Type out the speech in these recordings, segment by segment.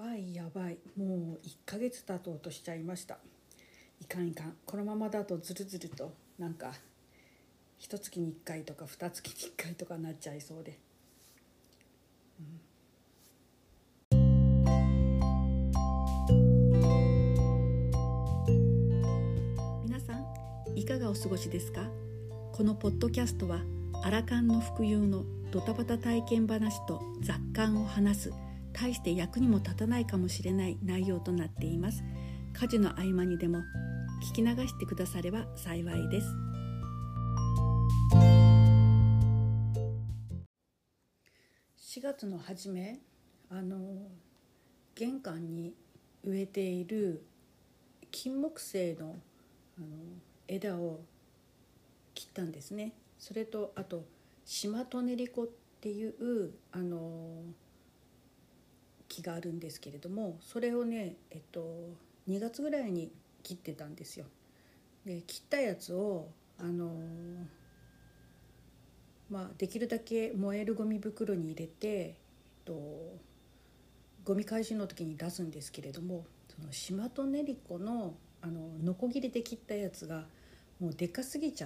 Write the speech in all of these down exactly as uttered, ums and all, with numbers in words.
ばいやばい、もういっかげつ経とうとしちゃいました。いかんいかん、このままだとずるずるとなんか一月にいっかいとか二月にいっかいとかなっちゃいそうで、うん、皆さんいかがお過ごしですか？このポッドキャストはアラカンの福有のドタバタ体験話と雑感を話す、大して役にも立たないかもしれない内容となっています。家事の合間にでも聞き流してくだされば幸いです。しがつの初め、あの玄関に植えている金木犀の、あの枝を切ったんですね。それとあとシマトネリコっていうあの木があるんですけれども、それをね、えっと、にがつぐらいに切ってたんですよ。で切ったやつをあのまあできるだけ燃えるゴミ袋に入れて、えっと、ゴミ回収の時に出すんですけれども、そのシマトネリコのあのノコギリで切ったやつがもうでかすぎちゃって、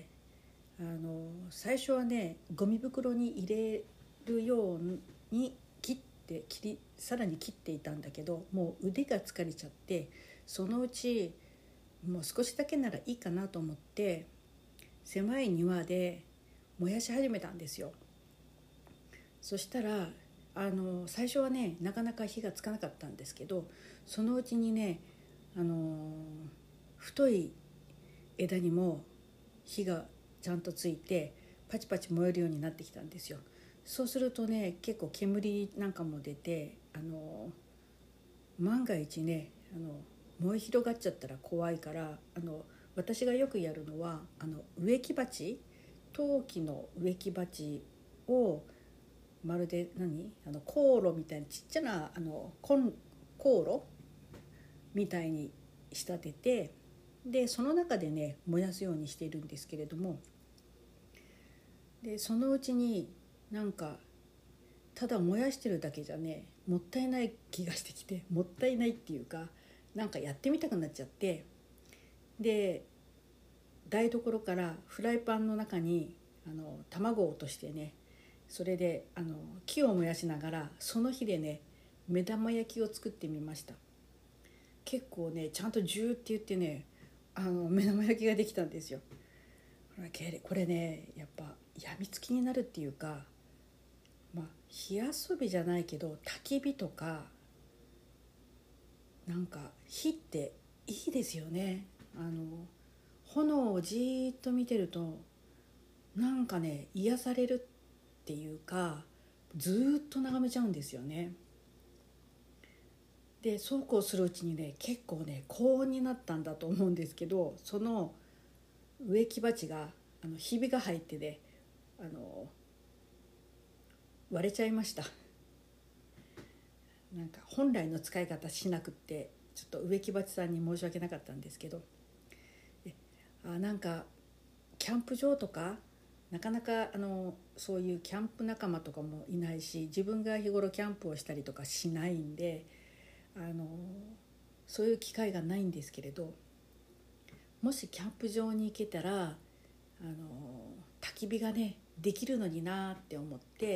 あの最初はねゴミ袋に入れるように切って切りさらに切っていたんだけど、もう腕が疲れちゃって、そのうちもう少しだけならいいかなと思って狭い庭で燃やし始めたんですよ。そしたらあの最初はねなかなか火がつかなかったんですけど、そのうちにねあの太い枝にも火がちゃんとついてパチパチ燃えるようになってきたんですよ。そうするとね結構煙なんかも出て、あの万が一ねあの燃え広がっちゃったら怖いから、あの私がよくやるのはあの植木鉢、陶器の植木鉢をまるで何あの香炉みたいなちっちゃなあの香炉みたいに仕立てて、でその中でね燃やすようにしているんですけれども、でそのうちになんかただ燃やしてるだけじゃねもったいない気がしてきて、もったいないっていうかなんかやってみたくなっちゃって、で台所からフライパンの中にあの卵を落としてね、それであの木を燃やしながらその火でね目玉焼きを作ってみました。結構ねちゃんとジューって言ってねあの目玉焼きができたんですよ。これねやっぱやみつきになるっていうか、まあ火遊びじゃないけど焚き火とかなんか火っていいですよね。あの炎をじーっと見てるとなんかね癒されるっていうか、ずーっと眺めちゃうんですよね。でそうこうするうちにね結構ね高温になったんだと思うんですけど、その植木鉢があのひびが入ってねあの割れちゃいました。なんか本来の使い方しなくってちょっと植木鉢さんに申し訳なかったんですけど、あなんかキャンプ場とかなかなかあのそういうキャンプ仲間とかもいないし、自分が日頃キャンプをしたりとかしないんで、あのそういう機会がないんですけれど、もしキャンプ場に行けたらあの焚き火がねできるのになって思って、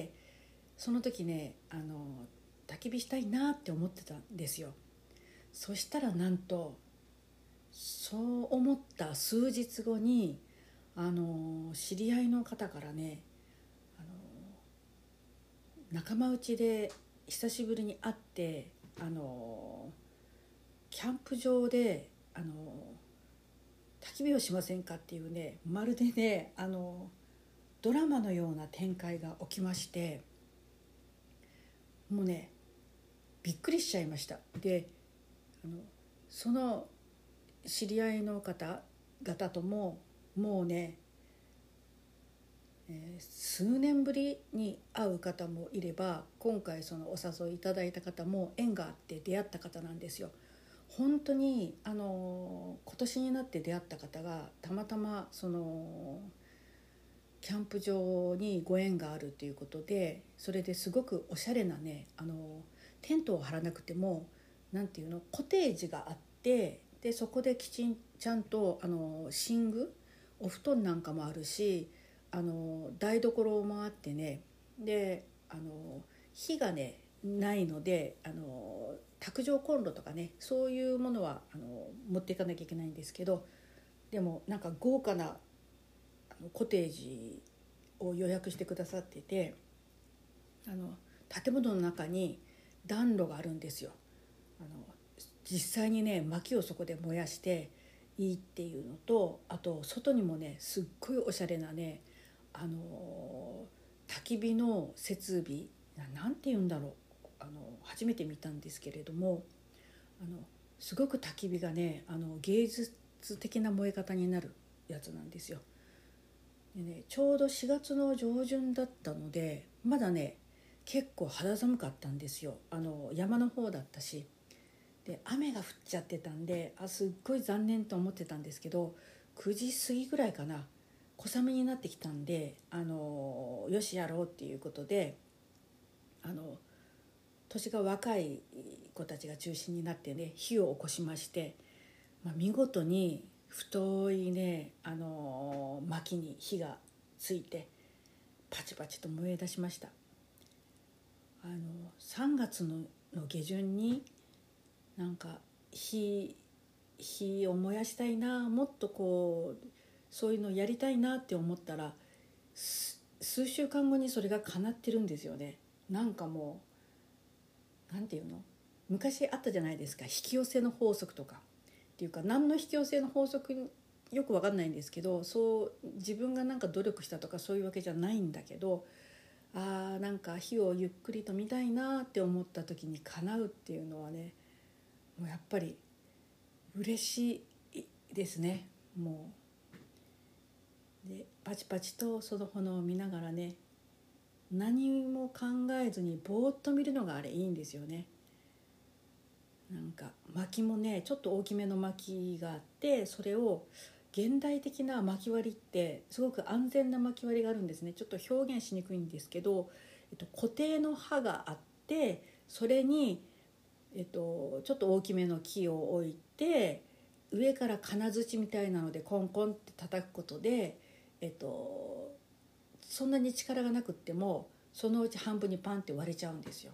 その時ねあの焚き火したいなって思ってたんですよ。そしたらなんとそう思った数日後にあの知り合いの方からねあの仲間内で久しぶりに会って、あのキャンプ場であの焚き火をしませんかっていうね、まるでねあのドラマのような展開が起きまして、もうねびっくりしちゃいました。であのその知り合いの方々とももうね、えー、数年ぶりに会う方もいれば、今回そのお誘いいただいた方も縁があって出会った方なんですよ。本当にあの今年になって出会った方がたまたまそのキャンプ場にご縁があるということで、それですごくおしゃれなねあのテントを張らなくてもなんていうのコテージがあって、でそこできちんちゃんとあの寝具お布団なんかもあるし、あの台所もあってね、であの火がねないので、あの卓上コンロとかねそういうものはあの持っていかなきゃいけないんですけど、でもなんか豪華なあのコテージを予約してくださってて、あの建物の中に暖炉があるんですよ。あの実際にね薪をそこで燃やしていいっていうのと、あと外にもねすっごいおしゃれなねあの焚き火の設備な、なんて言うんだろう、あの初めて見たんですけれども、あのすごく焚き火がねあの芸術的な燃え方になるやつなんですよ。でね、ちょうどしがつの上旬だったのでまだね結構肌寒かったんですよ。あの山の方だったし、で雨が降っちゃってたんで、あすっごい残念と思ってたんですけど、くじ過ぎぐらいかな、小雨になってきたんで、あのよしやろうっていうことで、あの年が若い子たちが中心になってね火を起こしまして、まあ、見事に太いねあの薪に火がついてパチパチと燃え出しました。あのさんがつの下旬になんか火火を燃やしたいな、もっとこうそういうのやりたいなって思ったら、数週間後にそれが叶ってるんですよね。なんかもうなんていうの、昔あったじゃないですか、引き寄せの法則とかっていうか、何の引き寄せの法則よく分かんないんですけど、そう自分がなんか努力したとかそういうわけじゃないんだけど、あーなんか火をゆっくりと見たいなって思った時に叶うっていうのはね、もうやっぱり嬉しいですね。もうでパチパチとその炎を見ながらね、何も考えずにぼーっと見るのがあれいいんですよね。なんか薪もねちょっと大きめの薪があって、それを現代的な薪割りってすごく安全な薪割りがあるんですね。ちょっと表現しにくいんですけど、えっと、固定の刃があって、それに、えっと、ちょっと大きめの木を置いて、上から金槌みたいなのでコンコンって叩くことで、えっと、そんなに力がなくってもそのうち半分にパンって割れちゃうんですよ。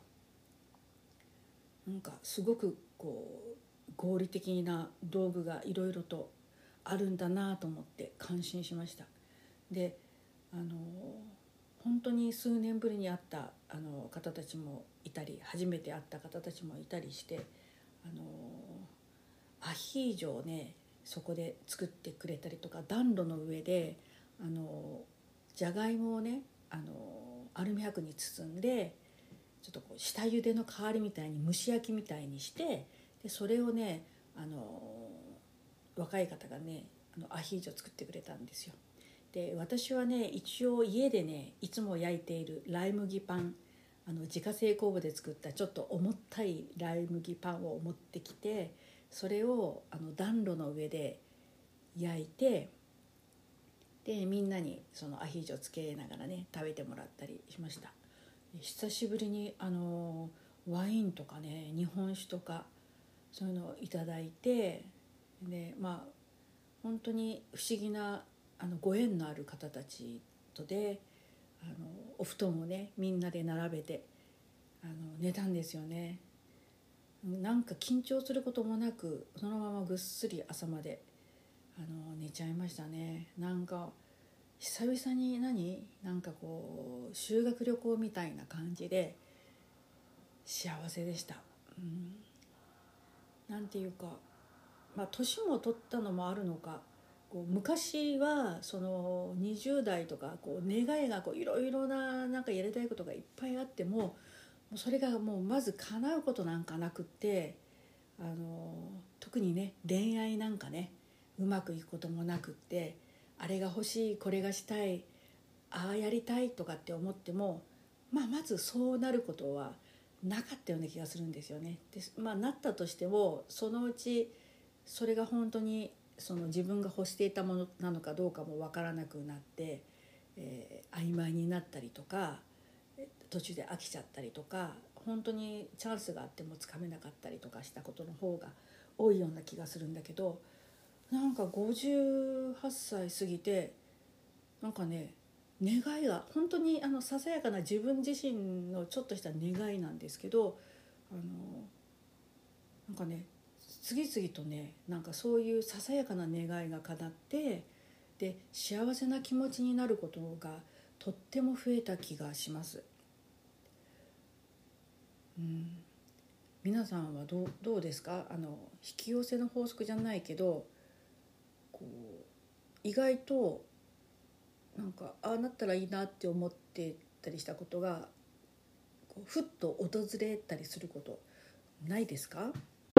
なんかすごくこう合理的な道具がいろいろとあるんだなと思って感心しました。であの本当に数年ぶりに会ったあの方たちもいたり、初めて会った方たちもいたりして、あのアヒージョをねそこで作ってくれたりとか、暖炉の上であのじゃがいもをねあのアルミ箔に包んで、ちょっとこう下茹での代わりみたいに蒸し焼きみたいにして、でそれをねあの若い方がねあのアヒージョ作ってくれたんですよ。で私はね一応家でねいつも焼いているライ麦パン、あの自家製酵母で作ったちょっと重たいライ麦パンを持ってきて、それをあの暖炉の上で焼いて、でみんなにそのアヒージョつけながらね食べてもらったりしました。久しぶりにあのワインとかね日本酒とかそういうのをいただいて、でまあ本当に不思議なあのご縁のある方たちとで、あのお布団をねみんなで並べてあの寝たんですよね。なんか緊張することもなくそのままぐっすり朝まであの寝ちゃいましたね。なんか久々に何なんかこう修学旅行みたいな感じで幸せでした。うん、なんていうか、まあ年も取ったのもあるのか、こう昔はそのにじゅう代とかこう願いがこういろいろななんかやりたいことがいっぱいあっても、それがもうまず叶うことなんかなくって、あの特にね恋愛なんかねうまくいくこともなくって、あれが欲しいこれがしたいああやりたいとかって思っても、まあ、まずそうなることはなかったような気がするんですよね。で、まあ、なったとしてもそのうちそれが本当にその自分が欲していたものなのかどうかも分からなくなって、えー、曖昧になったりとか途中で飽きちゃったりとか、 本当にチャンスがあってもつかめなかったりとかしたことの方が多いような気がするんだけど、なんかごじゅうはっさい過ぎてなんかね、願いが本当にあのささやかな自分自身のちょっとした願いなんですけど、あのなんかね次々とね、なんかそういうささやかな願いが叶って、で幸せな気持ちになることがとっても増えた気がします。うん、皆さんはどう、どうですか？あの引き寄せの法則じゃないけど、こう意外となんかああなったらいいなって思ってたりしたことがこうふっと訪れたりすることないですか？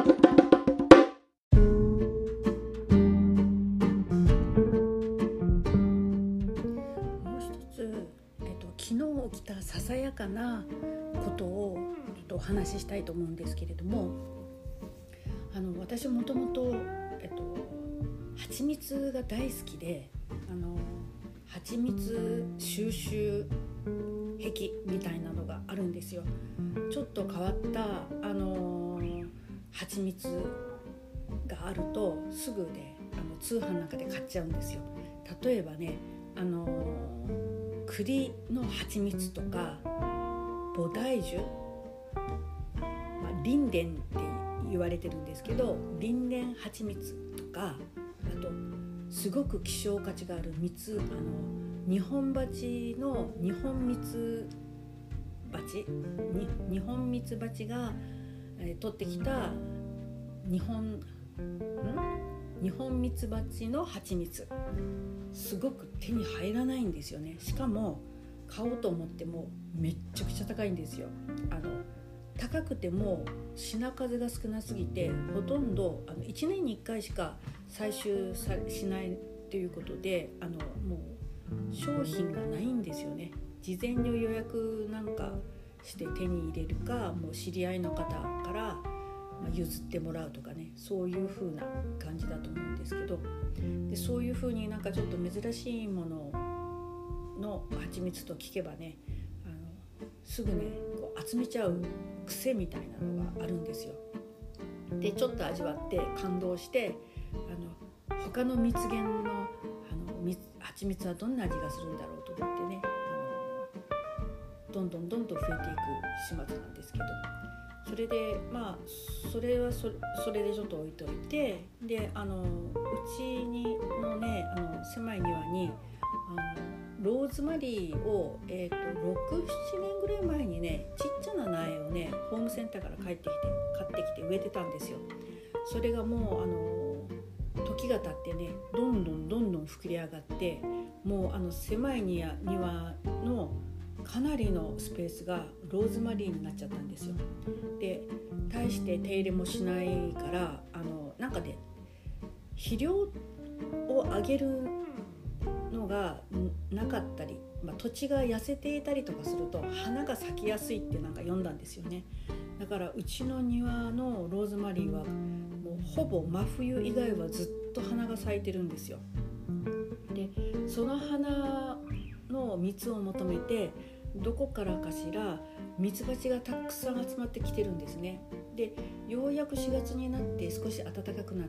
昨日起きたささやかなことをちょっとお話ししたいと思うんですけれども、あの私もともと蜂蜜が大好きで、あの蜂蜜収集癖みたいなのがあるんですよ。ちょっと変わったあの蜂蜜があるとすぐね、あの通販なんかで買っちゃうんですよ。例えばね、あの栗の蜂蜜とか菩提樹、まあ、リンデンって言われてるんですけど、リンデン蜂蜜とか、あとすごく希少価値がある蜜、あの日本蜂の日本蜜蜂に日本蜜蜂が、えー、取ってきた日本ん日本蜜蜂の蜂蜜、すごく手に入らないんですよね。しかも買おうと思ってもめっちゃくちゃ高いんですよ。あの高くても品数が少なすぎて、ほとんどあのいちねんにいっかいしか採集さしないということで、あのもう商品がないんですよね。事前に予約なんかして手に入れるか、もう知り合いの方から譲ってもらうとかね、そういう風な感じだと思うんですけど、でそういう風になんかちょっと珍しいものの蜂蜜と聞けばね、あのすぐねこう集めちゃう癖みたいなのがあるんですよ。でちょっと味わって感動して、あの他の蜜源の、あの蜂蜜はどんな味がするんだろうと思ってね、あのどんどんどんどん増えていく始末なんですけど、それでまあそれは そ, それでちょっと置いといて、であのうちにのね、あの狭い庭にあのローズマリーを、えー、とろく、ななねんぐらい前にね、ちっちゃな苗をねホームセンターから帰ってきて買ってきて植えてたんですよ。それがもうあの時が経ってね、どんどんどんどん膨れ上がって、もうあの狭い庭のかなりのスペースがローズマリーになっちゃったんですよ。で大して手入れもしないから、あのなんかね肥料をあげるのがなかったり、まあ、土地が痩せていたりとかすると花が咲きやすいってなんか読んだんですよね。だからうちの庭のローズマリーはもうほぼ真冬以外はずっと花が咲いてるんですよ。でその花の蜜を求めてどこからかしらミツバチがたくさん集まってきてるんですね。でようやくしがつになって少し暖かくなって、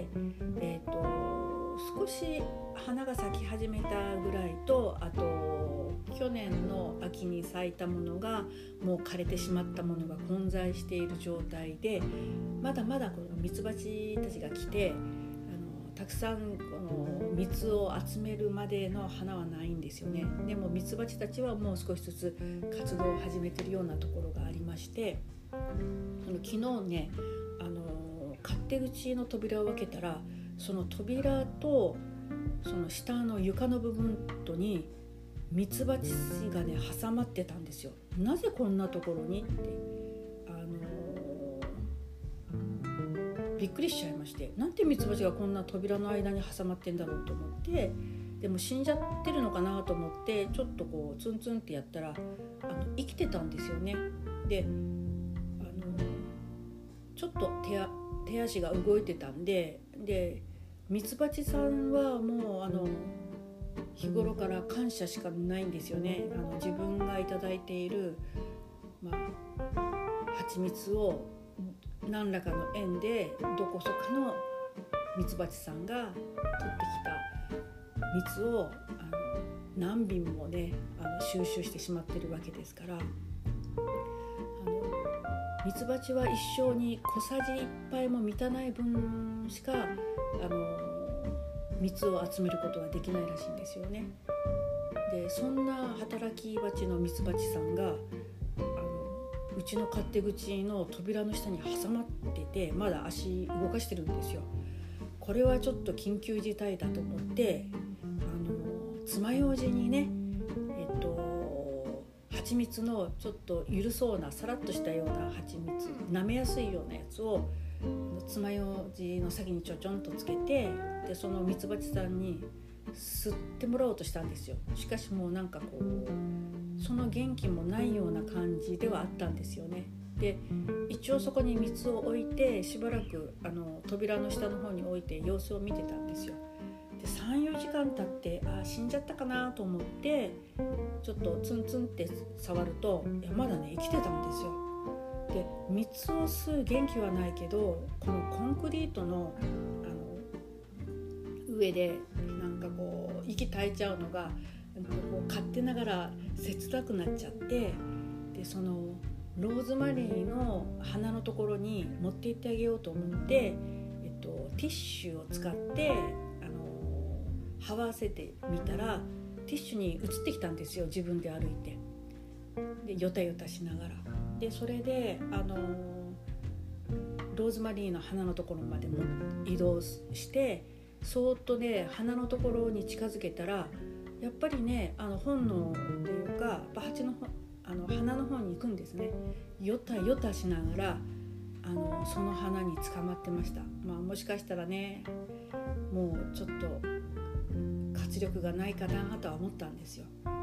えーと、少し花が咲き始めたぐらいと、あと去年の秋に咲いたものがもう枯れてしまったものが混在している状態で、まだまだこのミツバチたちが来て、あのたくさんこの蜜を集めるまでの花はないんですよね。でもミツバチたちはもう少しずつ活動を始めているようなところがありまして、あの昨日ね、あの勝手口の扉を開けたら、その扉とその下の床の部分とにミツバチがね挟まってたんですよ。なぜこんなところにって、あのー、びっくりしちゃいまして、なんでミツバチがこんな扉の間に挟まってんだろうと思って、でも死んじゃってるのかなと思ってちょっとこうツンツンってやったら、あの生きてたんですよね。で、あのー、ちょっと 手, 手足が動いてたんで、でミツバチさんはもうあの日頃から感謝しかないんですよね。あの自分がいただいている、まあ、 蜂蜜を何らかの縁でどこそかのミツバチさんが取ってきた蜜をあの何瓶もねあの収集してしまってるわけですから、あのミツバチは一生に小さじいっぱいも満たない分しかあの蜜を集めることはできないらしいんですよね。でそんな働き蜂のミツバチさんがあのうちの勝手口の扉の下に挟まってて、まだ足動かしてるんですよ。これはちょっと緊急事態だと思ってあの爪楊枝にねえっと蜂蜜のちょっと緩そうなさらっとしたような蜂蜜、舐めやすいようなやつを爪楊枝の先にちょちょんとつけて、でそのミツバチさんに吸ってもらおうとしたんですよ。しかしもうなんかこうその元気もないような感じではあったんですよね。で一応そこに蜜を置いてしばらくあの扉の下の方に置いて様子を見てたんですよ。で さん,よ 時間経ってあ死んじゃったかなと思ってちょっとツンツンって触ると、いやまだね生きてたんですよ。で蜜を吸う元気はないけど、このコンクリートの、あの上でなんかこう息絶えちゃうのがこう勝手ながら切なくなっちゃって、でそのローズマリーの花のところに持って行ってあげようと思って、えっと、ティッシュを使ってあの這わせてみたらティッシュに移ってきたんですよ。自分で歩いてでヨタヨタしながら、でそれであのローズマリーの花のところまでも移動してそーっとね花のところに近づけたら、やっぱりねあの本能っていうか蜂のあの花の方に行くんですね。ヨタヨタしながらあのその花に捕まってました。まあもしかしたらねもうちょっと活力がないかなとは思ったんですよ。けど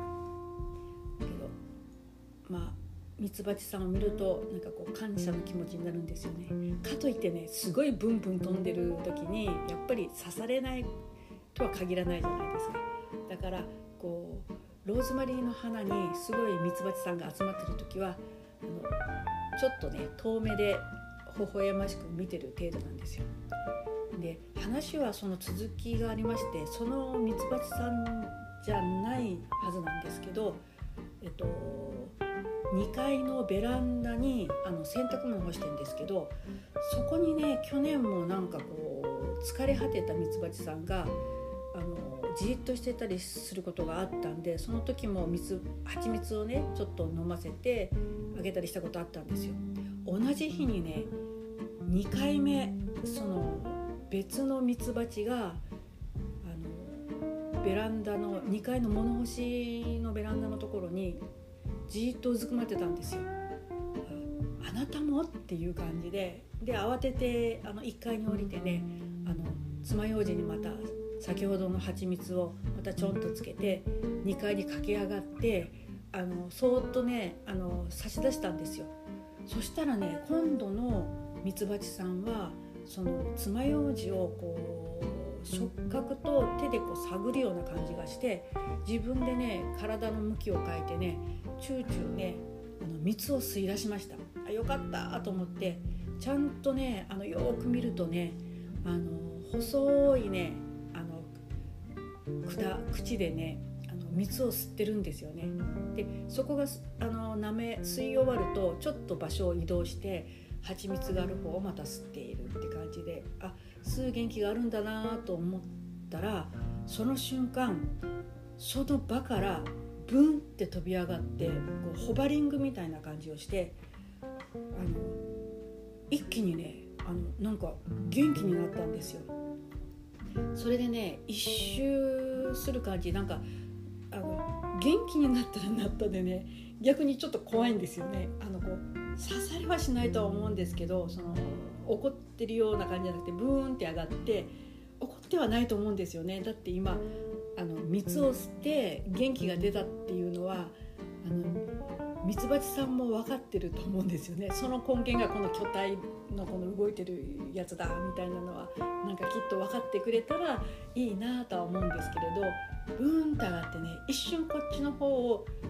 まあミツバチさんを見るとなんかこう感謝の気持ちになるんですよね。かといってねすごいブンブン飛んでる時にやっぱり刺されないとは限らないじゃないですか。だからこうローズマリーの花にすごいミツバチさんが集まってる時はあのちょっとね遠目で微笑ましく見てる程度なんですよ。で話はその続きがありまして、そのミツバチさんじゃないはずなんですけど、えっとにかいのベランダにあの洗濯物干してるんですけど、そこにね去年もなんかこう疲れ果てたミツバチさんがあのじーっとしてたりすることがあったんで、その時も蜜蜂蜜をねちょっと飲ませてあげたりしたことあったんですよ。同じ日にねにかいめその別のミツバチがあのベランダのにかいの物干しのベランダのところにじーっとうずくまってたんですよ。あなたもっていう感じで、で慌ててあのいっかいに降りてねあの爪楊枝にまた先ほどの蜂蜜をまたちょんとつけてにかいに駆け上がってあのそーっとねあの差し出したんですよ。そしたらね今度のミツバチさんはその爪楊枝をこう触覚と手でこう探るような感じがして、自分でね体の向きを変えてねチューチューねあの蜜を吸い出しました。あよかったと思ってちゃんとねあのよく見るとねあの細いねあの口でねあの蜜を吸ってるんですよね。でそこがあの舐め吸い終わるとちょっと場所を移動して蜂蜜がある方をまた吸っているって感じで、あ吸う元気があるんだなと思ったら、その瞬間その場からブンって飛び上がってこうホバリングみたいな感じをしてあの一気にねあのなんか元気になったんですよ。それでね一周する感じ、なんかあの元気になったらなったでね逆にちょっと怖いんですよね。あのこう刺されはしないとは思うんですけど、その怒ってるような感じじゃなくてブーンって上がって怒ってはないと思うんですよね。だって今あの蜜を吸って元気が出たっていうのはあのミツバチさんも分かってると思うんですよね。その根源がこの巨体のこの動いてるやつだみたいなのはなんかきっと分かってくれたらいいなとは思うんですけれど、ブーンと上がってね一瞬こっちの方を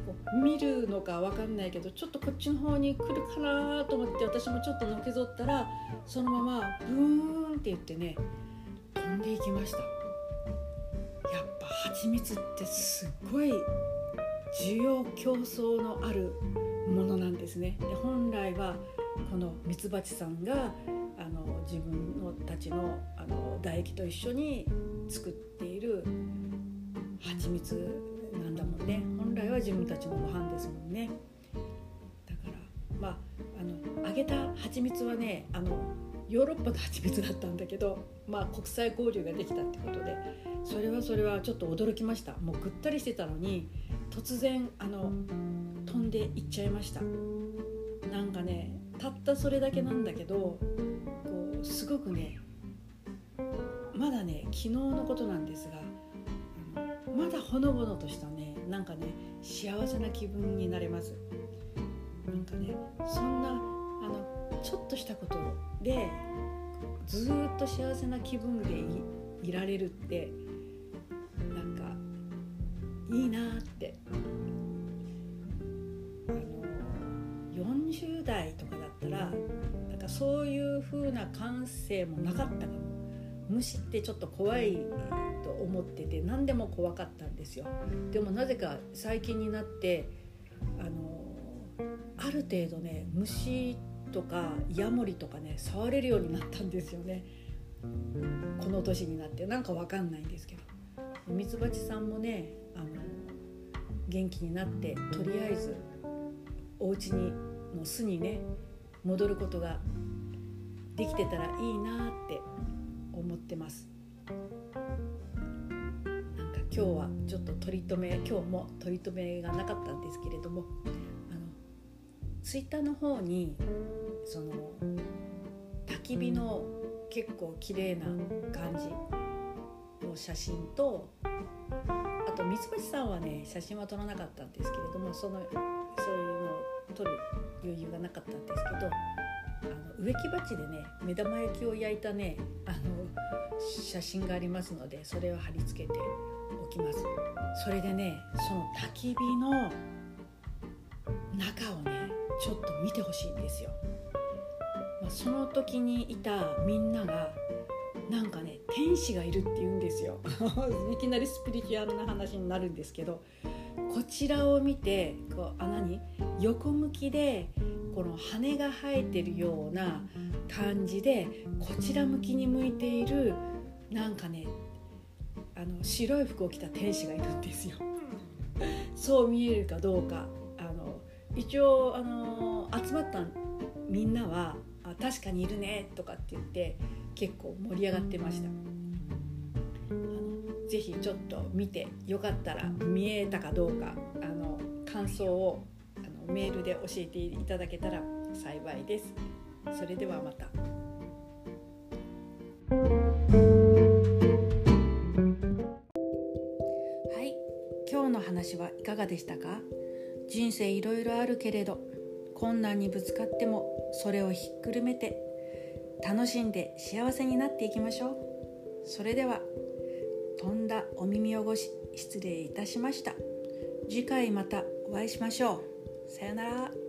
こう見るのか分かんないけど、ちょっとこっちの方に来るかなと思って私もちょっとのけぞったら、そのままブーンって言ってね飛んでいきました。やっぱ蜂蜜ってすごい需要競争のあるものなんですね。で本来はこのミツバチさんがあの自分のたちの、あの唾液と一緒に作っている蜂蜜なんだもんね。本来は自分たちのご飯ですもんね。だからまああの揚げた蜂蜜はね、あのヨーロッパの蜂蜜だったんだけど、まあ国際交流ができたってことで、それはそれはちょっと驚きました。もうぐったりしてたのに突然あの飛んでいっちゃいました。なんかね、たったそれだけなんだけど、こうすごくね、まだね昨日のことなんですが、あのまだほのぼのとしたね、なんかね幸せな気分になれます。なんかね、そんなあのちょっとしたことでずっと幸せな気分で い, いられるってなんかいいなって。あのよんじゅう代とかだったらなんかそういう風な感性もなかったかも。虫ってちょっと怖いと思ってて何でも怖かったんですよ。でもなぜか最近になってあのある程度ね、虫とかヤモリとかね触れるようになったんですよね。この年になってなんかわかんないんですけど、ミツバチさんもねあの元気になってとりあえずお家にの巣にね戻ることができてたらいいなって思ってます。なんか今日はちょっと取り留め今日も取り留めがなかったんですけれども、あのツイッターの方にその焚き火の結構綺麗な感じの写真と、あとミツバチさんはね写真は撮らなかったんですけれども、そのそういうのを撮る余裕がなかったんですけど、あの植木鉢でね目玉焼きを焼いたねあの写真がありますので、それを貼り付けておきます。それでね、その焚き火の中をねちょっと見てほしいんですよ。まあ、その時にいたみんながなんかね天使がいるって言うんですよいきなりスピリチュアルな話になるんですけど、こちらを見てこうあ何横向きでこの羽が生えてるような感じでこちら向きに向いているなんかねあの白い服を着た天使がいるんですよそう見えるかどうか、あの一応あの集まったみんなはあ確かにいるねとかって言って結構盛り上がってました。あのぜひちょっと見てよかったら見えたかどうかあの感想をあのメールで教えていただけたら幸いです。それではまた。はい、今日の話はいかがでしたか？人生いろいろあるけれど困難にぶつかってもそれをひっくるめて楽しんで幸せになっていきましょう。それでは飛んだお耳汚し失礼いたしました。次回またお会いしましょう。さよなら。